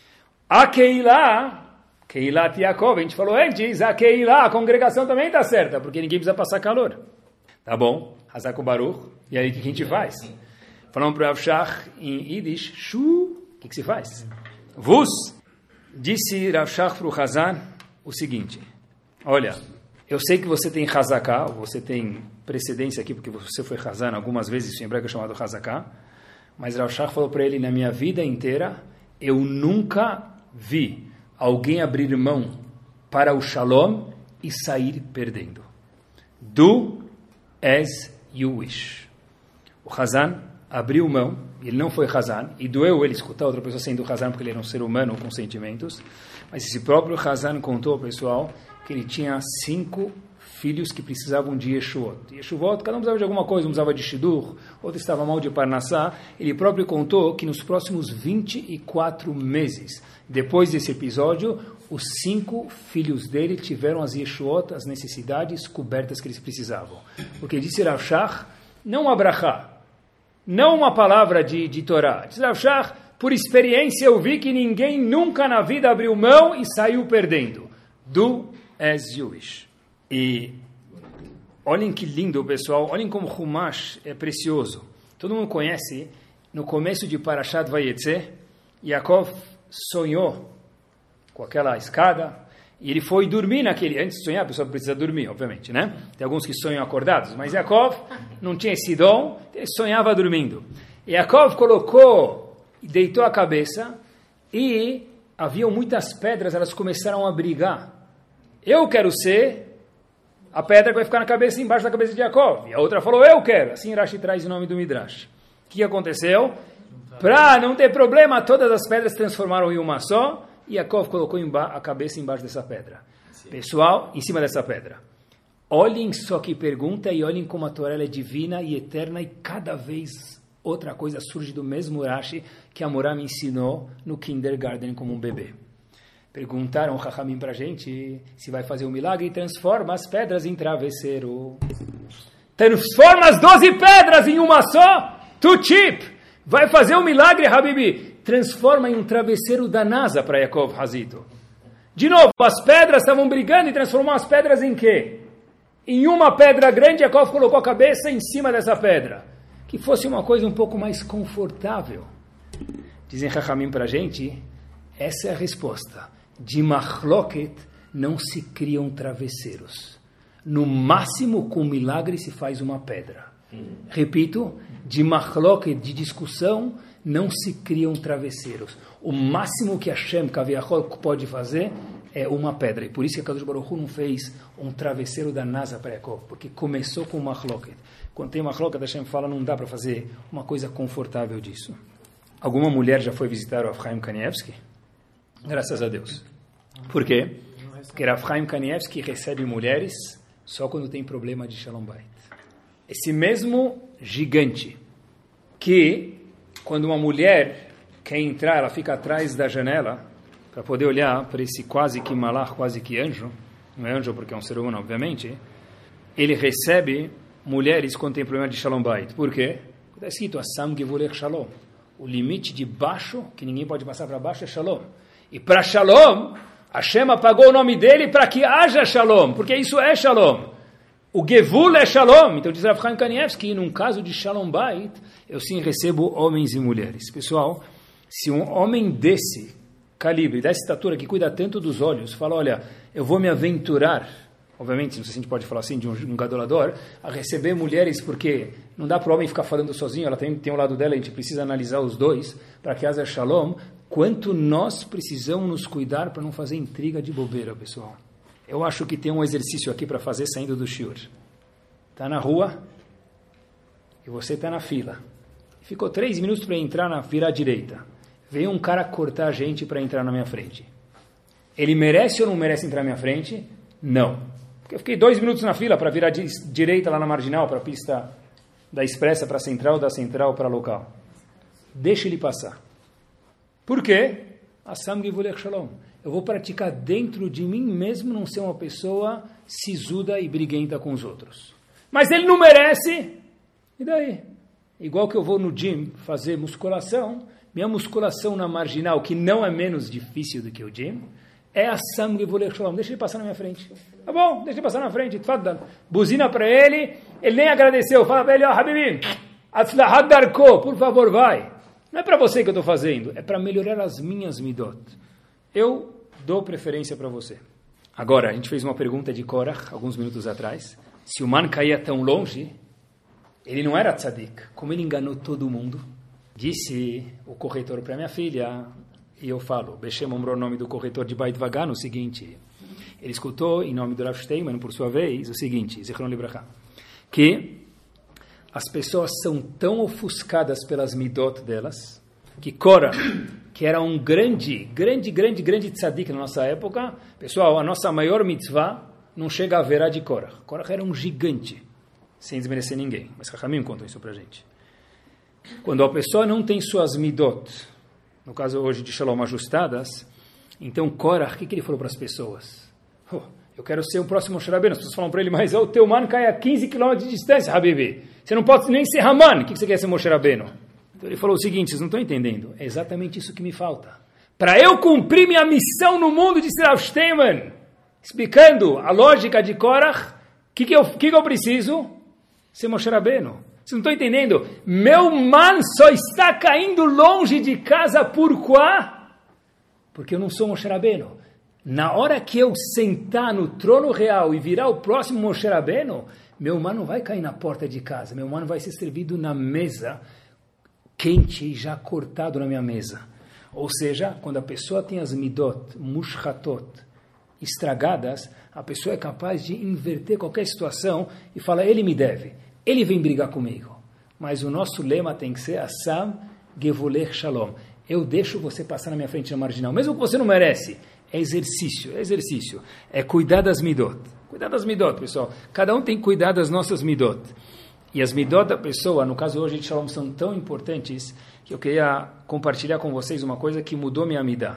Speaker 2: A Keilah, Keilah Yaakov, a gente falou antes, a Keilah, a congregação também está certa, porque ninguém precisa passar calor. Tá bom, Hazak Baruch, e aí o que a gente faz? Falamos para o Rav Shach em Yiddish, Shu, o que, que se faz? Vus, disse Rav Shach para o Hazan o seguinte, olha, eu sei que você tem Hazaká, você tem precedência aqui, porque você foi Hazan algumas vezes, isso em hebraico é chamado Hazaká, mas Rav Shach falou para ele, na minha vida inteira, eu nunca vi alguém abrir mão para o Shalom e sair perdendo. Do as you wish. O Hazan abriu mão, ele não foi Hazan, e doeu ele escutar outra pessoa sendo Hazan, porque ele era um ser humano com sentimentos, mas esse próprio Hazan contou ao pessoal que ele tinha cinco filhos que precisavam de Yeshuot. Yeshuot, cada um precisava de alguma coisa, um precisava de Shidur, outro estava mal de Parnassá. Ele próprio contou que nos próximos vinte e quatro meses, depois desse episódio, os cinco filhos dele tiveram as Yeshuot, as necessidades cobertas que eles precisavam. Porque disse Rav Shach, não uma brachá, não uma palavra de, de Torá. Disse Rav Shach, por experiência eu vi que ninguém nunca na vida abriu mão e saiu perdendo. Do as you wish. E olhem que lindo, pessoal, olhem como Humash é precioso. Todo mundo conhece, no começo de Parashat Vayetze, Yaakov sonhou com aquela escada, e ele foi dormir naquele... Antes de sonhar, a pessoa precisa dormir, obviamente, né? Tem alguns que sonham acordados, mas Yaakov não tinha esse dom, ele sonhava dormindo. E Yaakov colocou, deitou a cabeça, e haviam muitas pedras, elas começaram a brigar. Eu quero ser a pedra que vai ficar na cabeça, embaixo da cabeça de Yaakov. E a outra falou, eu quero. Assim Rashi traz o nome do Midrash. O que aconteceu? Para não ter problema, todas as pedras se transformaram em uma só, e Yaakov colocou a cabeça embaixo dessa pedra. Sim. Pessoal, em cima dessa pedra. Olhem só que pergunta, e olhem como a Torá é divina e eterna, e cada vez outra coisa surge do mesmo Rashi que a Morá me ensinou no kindergarten como um bebê. Perguntaram o Chachamim para a gente se vai fazer um milagre e transforma as pedras em travesseiro. Transforma as doze pedras em uma só? Too cheap! Vai fazer um milagre, Habibi. Transforma em um travesseiro da NASA para Yaakov Hazito. De novo, as pedras estavam brigando e transformou as pedras em quê? Em uma pedra grande, Yaakov colocou a cabeça em cima dessa pedra. Que fosse uma coisa um pouco mais confortável. Dizem Chachamim para a gente, essa é a resposta. De machloket não se criam travesseiros. No máximo, com milagre se faz uma pedra. Repito, de machloket, de discussão, não se criam travesseiros. O máximo que Hashem Kaviachol pode fazer é uma pedra. E por isso que a Kadosh Baruch Hu não fez um travesseiro da NASA para Yaakov, porque começou com machloket. Quando tem machloket, Hashem fala, não dá para fazer uma coisa confortável disso. Alguma mulher já foi visitar o Rav Chaim Kanievsky? Graças a Deus. Por quê? Porque Rav Chaim Kanievsky recebe mulheres só quando tem problema de Shalom Bait. Esse mesmo gigante que, quando uma mulher quer entrar, ela fica atrás da janela para poder olhar para esse quase que malach, quase que anjo, não é anjo porque é um ser humano, obviamente, ele recebe mulheres quando tem problema de Shalom Bait. Por quê? Está escrito, Assam Gevulech Shalom. O limite de baixo, que ninguém pode passar para baixo, é Shalom. E para Shalom, Hashem apagou o nome dele para que haja Shalom, porque isso é Shalom. O Gevul é Shalom. Então diz Rav Chaim Kanievsky, num caso de Shalom Bait, eu sim recebo homens e mulheres. Pessoal, se um homem desse calibre, dessa estatura, que cuida tanto dos olhos, fala, olha, eu vou me aventurar, obviamente, não sei se a gente pode falar assim, de um, um gadolador, a receber mulheres, porque não dá para o homem ficar falando sozinho, ela tem, tem um lado dela, a gente precisa analisar os dois, para que haja Shalom. Quanto nós precisamos nos cuidar para não fazer intriga de bobeira, pessoal. Eu acho que tem um exercício aqui para fazer saindo do shiur. Está na rua e você está na fila. Ficou três minutos para entrar na fila à direita. Veio um cara cortar a gente para entrar na minha frente. Ele merece ou não merece entrar na minha frente? Não. Porque eu fiquei dois minutos na fila para virar di- direita lá na marginal, para a pista da expressa para a central, da central para a local. Deixa ele passar. Por quê? Assam Gevulech Shalom. Eu vou praticar dentro de mim mesmo não ser uma pessoa sisuda e briguenta com os outros. Mas ele não merece. E daí? Igual que eu vou no gym fazer musculação, minha musculação na marginal, que não é menos difícil do que o gym, é Assam Gevulech Shalom. Deixa ele passar na minha frente. Tá bom, deixa ele passar na frente. Buzina para ele, ele nem agradeceu. Fala para ele, ó, Habibi, Atzlahat Darko, por favor, vai. Não é para você que eu estou fazendo, é para melhorar as minhas midot. Eu dou preferência para você. Agora, a gente fez uma pergunta de Korach, alguns minutos atrás. Se o man caía tão longe, ele não era tzadik. Como ele enganou todo mundo? Disse o corretor para minha filha, e eu falo, Beshem Omro, o nome do corretor de Beit Vagá, o seguinte. Ele escutou, em nome do Rav Steinman, por sua vez, o seguinte, Zichron Libracha, que as pessoas são tão ofuscadas pelas midot delas, que Korah, que era um grande, grande, grande, grande tzadik na nossa época, pessoal, a nossa maior mitzvah não chega a verá de Korah. Korah era um gigante, sem desmerecer ninguém, mas Chachamim contam isso pra gente. Quando a pessoa não tem suas midot, no caso hoje de Shalom, ajustadas, então Korah, o que, que ele falou para as pessoas? Oh, eu quero ser o próximo Moshe Rabbeinu. As pessoas falam para ele, mas o teu man cai a quinze quilômetros de distância, Habibi. Você não pode nem ser Haman. O que você quer ser Moshe Rabbeinu? Então ele falou o seguinte, vocês não estão entendendo. É exatamente isso que me falta. Para eu cumprir minha missão no mundo de Rav Steinman, explicando a lógica de Korach, o que, que, eu, que, que eu preciso? Ser Moshe Rabbeinu. Vocês não estão entendendo? Meu man só está caindo longe de casa por quê? Porque eu não sou Moshe Rabbeinu. Na hora que eu sentar no trono real e virar o próximo Moshe Rabbeinu, meu man não vai cair na porta de casa, meu man vai ser servido na mesa, quente e já cortado na minha mesa. Ou seja, quando a pessoa tem as midot, mushchatot, estragadas, a pessoa é capaz de inverter qualquer situação e falar, ele me deve, ele vem brigar comigo. Mas o nosso lema tem que ser Assam Gevulech Shalom. Eu deixo você passar na minha frente na marginal, mesmo que você não merece. É exercício, é exercício. É cuidar das midot. Cuidar das midot, pessoal. Cada um tem que cuidar das nossas midot. E as midot da pessoa, no caso hoje de Shalom, são tão importantes que eu queria compartilhar com vocês uma coisa que mudou minha midá.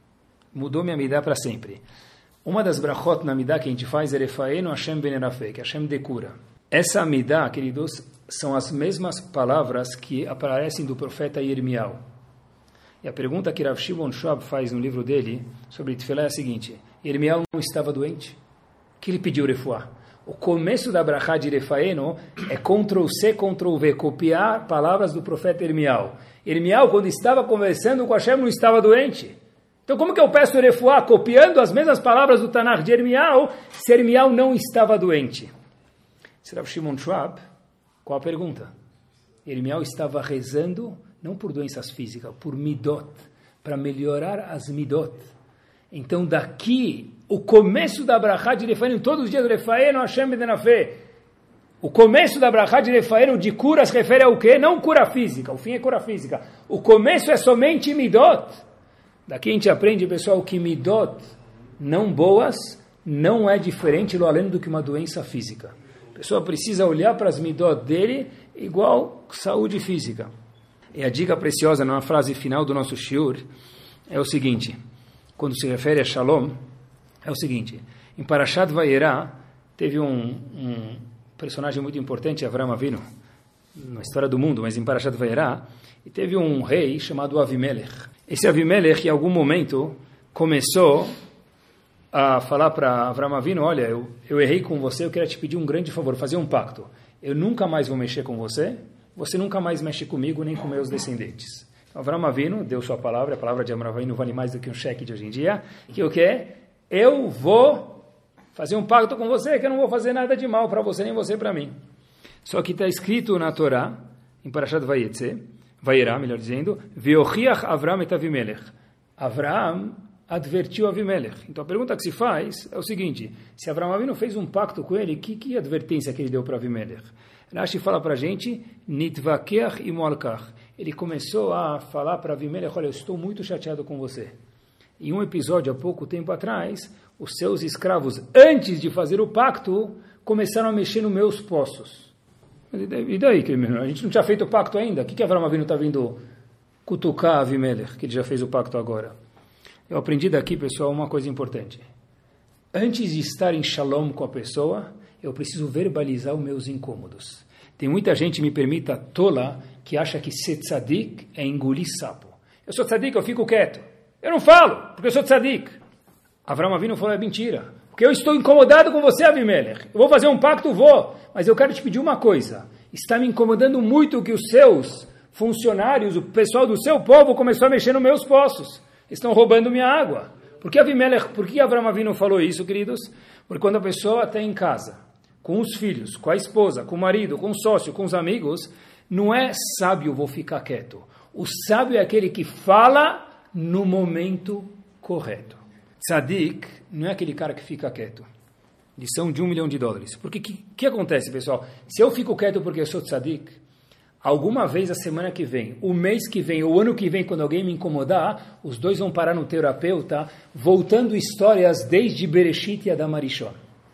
Speaker 2: Mudou minha midá para sempre. Uma das brachot na midá que a gente faz é Refaenu Hashem Ben Erafeh, que Hashem dê cura. Essa Amidah, queridos, são as mesmas palavras que aparecem do profeta Yirmiyahu. E a pergunta que Rav Shimon Schwab faz no livro dele sobre Tefilá é a seguinte: Yirmiyahu não estava doente? O que ele pediu refuá? O começo da brachá de Refaeno é control C, control V, copiar palavras do profeta Yirmiyahu. Yirmiyahu, quando estava conversando com Hashem, não estava doente. Então, como que eu peço refuá copiando as mesmas palavras do Tanakh de Yirmiyahu, se Yirmiyahu não estava doente? Será Shimon Schwab? Qual a pergunta? Yirmiyahu estava rezando, não por doenças físicas, por midot, para melhorar as midot. Então, daqui, o começo da brachá de Refaeno, todos os dias do Refaeno, Hashem Bedenafé, o começo da brachá de Refaeno de cura se refere ao quê? Não cura física, o fim é cura física. O começo é somente midot. Daqui a gente aprende, pessoal, que midot não boas não é diferente, lo além do que uma doença física. A pessoa precisa olhar para as midot dele igual saúde física. E a dica preciosa numa frase final do nosso shiur é o seguinte, quando se refere a Shalom, é o seguinte: em Parashat Vayera teve um, um personagem muito importante, Avram Avinu, na história do mundo, mas em Parashat Vayera, e teve um rei chamado Avimelech. Esse Avimelech, em algum momento, começou a falar para Avram Avinu: olha, eu, eu errei com você, eu quero te pedir um grande favor, fazer um pacto. Eu nunca mais vou mexer com você, você nunca mais mexe comigo, nem com meus descendentes. Avram Avinu deu sua palavra, a palavra de Avram Avinu vale mais do que um cheque de hoje em dia, que o quê? Eu vou fazer um pacto com você, que eu não vou fazer nada de mal para você, nem você para mim. Só que está escrito na Torá, em Parashat Vayetze, Vayera, melhor dizendo, Veochiach Avram et Avimelech. Avram advertiu Avimelech. Então a pergunta que se faz é o seguinte: se Avram Avinu fez um pacto com ele, que, que advertência que ele deu para Avimelech? Rashi fala para a gente, Nitvakeach imolkach. Ele começou a falar para Avimelech: olha, eu estou muito chateado com você. Em um episódio, há pouco tempo atrás, os seus escravos, antes de fazer o pacto, começaram a mexer nos meus poços. E daí? A gente não tinha feito o pacto ainda? O que que Avram Avinu está vindo cutucar Avimelech, que ele já fez o pacto agora? Eu aprendi daqui, pessoal, uma coisa importante. Antes de estar em shalom com a pessoa, eu preciso verbalizar os meus incômodos. Tem muita gente, me permita, tola, que acha que ser tzadik é engolir sapo. Eu sou tzadik, eu fico quieto. Eu não falo, porque eu sou tzadik. Avram Avinu falou: é mentira. Porque eu estou incomodado com você, Avimelech. Eu vou fazer um pacto, vou. Mas eu quero te pedir uma coisa. Está me incomodando muito que os seus funcionários, o pessoal do seu povo, começou a mexer nos meus poços. Estão roubando minha água. Por que Avimelech, por que Avram Avinu falou isso, queridos? Porque quando a pessoa está em casa, com os filhos, com a esposa, com o marido, com o sócio, com os amigos, não é sábio, vou ficar quieto. O sábio é aquele que fala no momento correto. Tzadik não é aquele cara que fica quieto. Lição de um milhão de dólares. Porque o que, que acontece, pessoal? Se eu fico quieto porque eu sou tzadik, alguma vez a semana que vem, o mês que vem, o ano que vem, quando alguém me incomodar, os dois vão parar no terapeuta, voltando histórias desde Bereshit e Adam Arishon.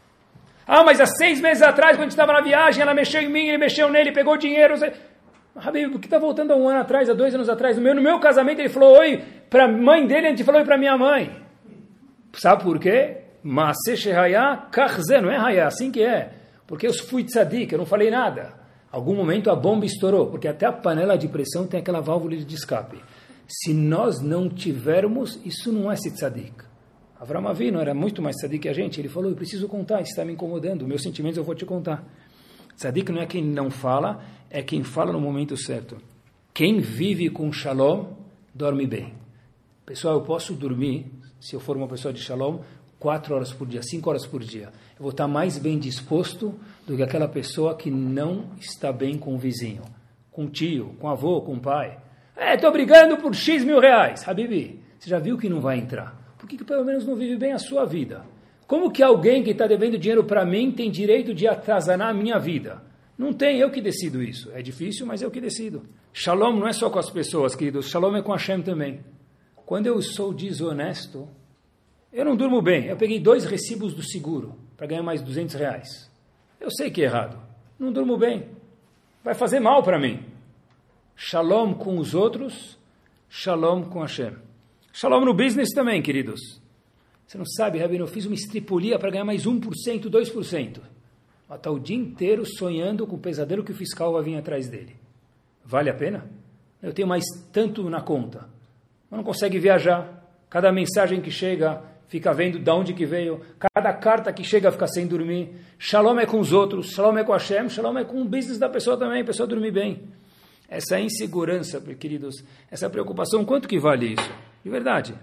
Speaker 2: Ah, mas há seis meses atrás, quando a gente estava na viagem, ela mexeu em mim, ele mexeu nele, pegou dinheiro. Habib, por que está voltando há um ano atrás, há dois anos atrás? No meu, no meu casamento ele falou oi para a mãe dele, a gente falou oi para minha mãe. Sabe por quê? Maaseh shehaya kachzeh, não é hayá, assim que é. Porque eu fui tzadik, eu não falei nada. Algum momento a bomba estourou, porque até a panela de pressão tem aquela válvula de escape. Se nós não tivermos, isso não é ser tzadik. Avram Avinu era muito mais tzadik que a gente. Ele falou: eu preciso contar, isso está me incomodando, meus sentimentos eu vou te contar. Tzadik não é quem não fala, é quem fala no momento certo. Quem vive com shalom, dorme bem. Pessoal, eu posso dormir, se eu for uma pessoa de shalom, quatro horas por dia, cinco horas por dia. Eu vou estar mais bem disposto do que aquela pessoa que não está bem com o vizinho, com o tio, com o avô, com o pai. É, estou brigando por X mil reais. Habibi, você já viu que não vai entrar? Por que, que pelo menos não vive bem a sua vida? Como que alguém que está devendo dinheiro para mim tem direito de atazanar a minha vida? Não tem, eu que decido isso. É difícil, mas eu que decido. Shalom não é só com as pessoas, queridos. Shalom é com Hashem também. Quando eu sou desonesto, eu não durmo bem. Eu peguei dois recibos do seguro para ganhar mais duzentos reais. Eu sei que é errado. Não durmo bem. Vai fazer mal para mim. Shalom com os outros, shalom com Hashem. Shalom no business também, queridos. Você não sabe, Rabino, eu fiz uma estripulia para ganhar mais um por cento, dois por cento. Está o dia inteiro sonhando com o pesadelo que o fiscal vai vir atrás dele. Vale a pena? Eu tenho mais tanto na conta. Mas não consegue viajar. Cada mensagem que chega, fica vendo de onde que veio. Cada carta que chega, fica sem dormir. Shalom é com os outros, shalom é com Hashem, shalom é com o business da pessoa também, a pessoa dormir bem. Essa insegurança, queridos, essa preocupação, quanto que vale isso? De verdade.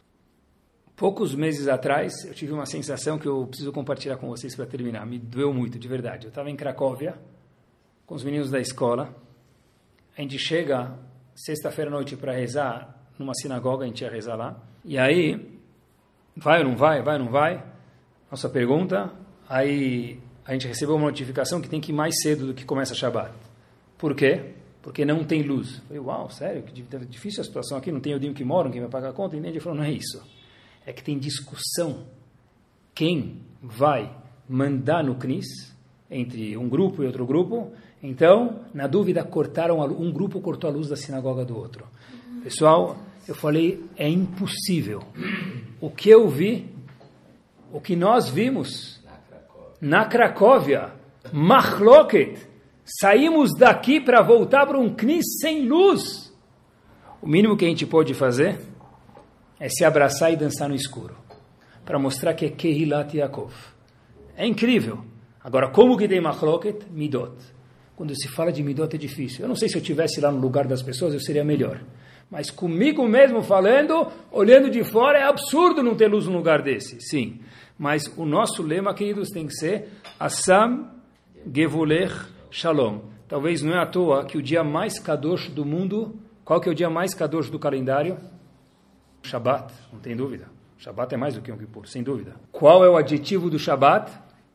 Speaker 2: Poucos meses atrás, eu tive uma sensação que eu preciso compartilhar com vocês para terminar. Me doeu muito, de verdade. Eu estava em Cracóvia, com os meninos da escola. A gente chega sexta-feira à noite para rezar numa sinagoga, a gente ia rezar lá. E aí, vai ou não vai, vai ou não vai? Nossa pergunta. Aí a gente recebeu uma notificação que tem que ir mais cedo do que começa Shabbat. Por quê? Porque não tem luz. Eu falei, uau, sério? Que difícil a situação aqui, não tem o que moram, quem vai pagar a conta? E ele falou, não é isso. É que tem discussão. Quem vai mandar no C N I S, entre um grupo e outro grupo. Então, na dúvida, cortaram a, um grupo cortou a luz da sinagoga do outro. Pessoal, eu falei, é impossível. O que eu vi, o que nós vimos na Cracóvia, Machloket, saímos daqui para voltar para um C N I S sem luz. O mínimo que a gente pode fazer é se abraçar e dançar no escuro, para mostrar que é Kehilat Yaakov. É incrível. Agora, como que tem Machloket? Midot. Quando se fala de Midot é difícil. Eu não sei se eu estivesse lá no lugar das pessoas, eu seria melhor. Mas comigo mesmo falando, olhando de fora, é absurdo não ter luz num lugar desse. Sim. Mas o nosso lema, queridos, tem que ser Assam Gevulech Shalom. Talvez não é à toa que o dia mais kadosh do mundo, qual que é o dia mais kadosh do calendário? Shabbat, não tem dúvida. Shabbat é mais do que um Kippur, sem dúvida. Qual é o adjetivo do Shabbat?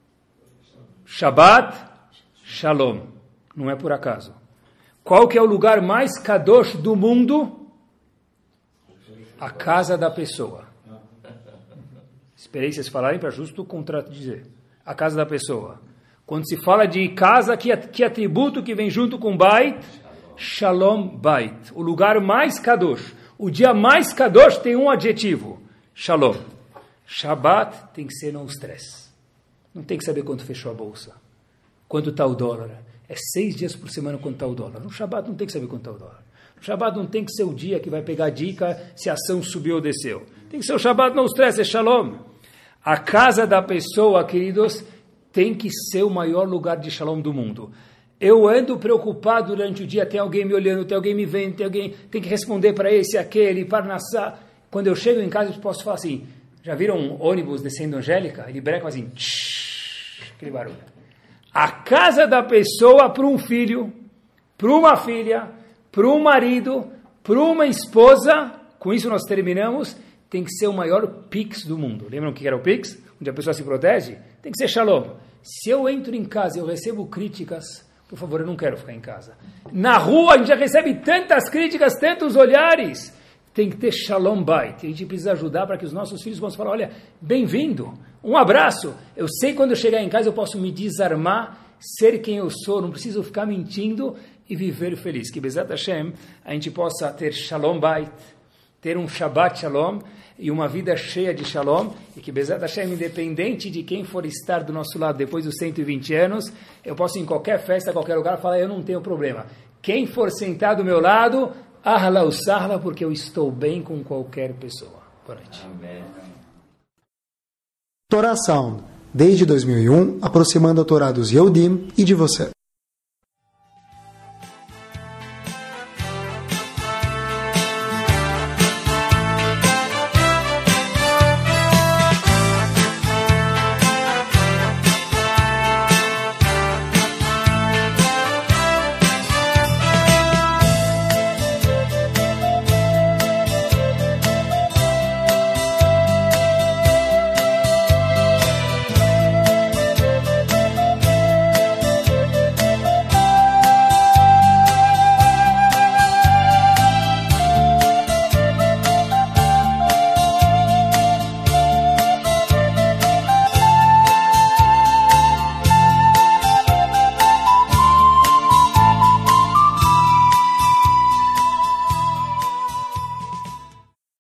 Speaker 2: Shabbat Shalom. Não é por acaso. Qual que é o lugar mais kadosh do mundo? A casa da pessoa. Esperei vocês falarem para justo contradizer. A casa da pessoa. Quando se fala de casa, que, que atributo que vem junto com Bait? Shalom Bait. O lugar mais kadosh. O dia mais kadosh tem um adjetivo. Shalom. Shabbat tem que ser no estresse. Não tem que saber quanto fechou a bolsa. Quanto está o dólar. É seis dias por semana quanto está o dólar. No Shabbat não tem que saber quanto está o dólar. No Shabbat não tem que ser o dia que vai pegar a dica se a ação subiu ou desceu. Tem que ser o Shabbat no estresse, é Shalom. A casa da pessoa, queridos, tem que ser o maior lugar de Shalom do mundo. Eu ando preocupado durante o dia, tem alguém me olhando, tem alguém me vendo, tem alguém, tem que responder para esse, aquele, parnassá. Quando eu chego em casa, eu posso falar assim, já viram um ônibus descendo Angélica? Ele breca assim, tsh, aquele barulho. A casa da pessoa para um filho, para uma filha, para um marido, para uma esposa, com isso nós terminamos, tem que ser o maior Pix do mundo. Lembram o que era o Pix? Onde a pessoa se protege? Tem que ser Shalom. Se eu entro em casa e eu recebo críticas, por favor, eu não quero ficar em casa. Na rua a gente já recebe tantas críticas, tantos olhares. Tem que ter Shalom Bait. A gente precisa ajudar para que os nossos filhos possam falar, olha, bem-vindo, um abraço. Eu sei quando eu chegar em casa eu posso me desarmar, ser quem eu sou, não preciso ficar mentindo e viver feliz. Que Bezat Hashem a gente possa ter Shalom Bait, ter um Shabbat Shalom e uma vida cheia de Shalom, e que Bezat Hashem, independente de quem for estar do nosso lado depois dos cento e vinte anos, eu posso em qualquer festa, qualquer lugar, falar, eu não tenho problema. Quem for sentar do meu lado, ahla usahla, porque eu estou bem com qualquer pessoa. Boa noite. Amém.
Speaker 1: Torá Sound, desde dois mil e um, aproximando a Torá dos Yehudim e de você.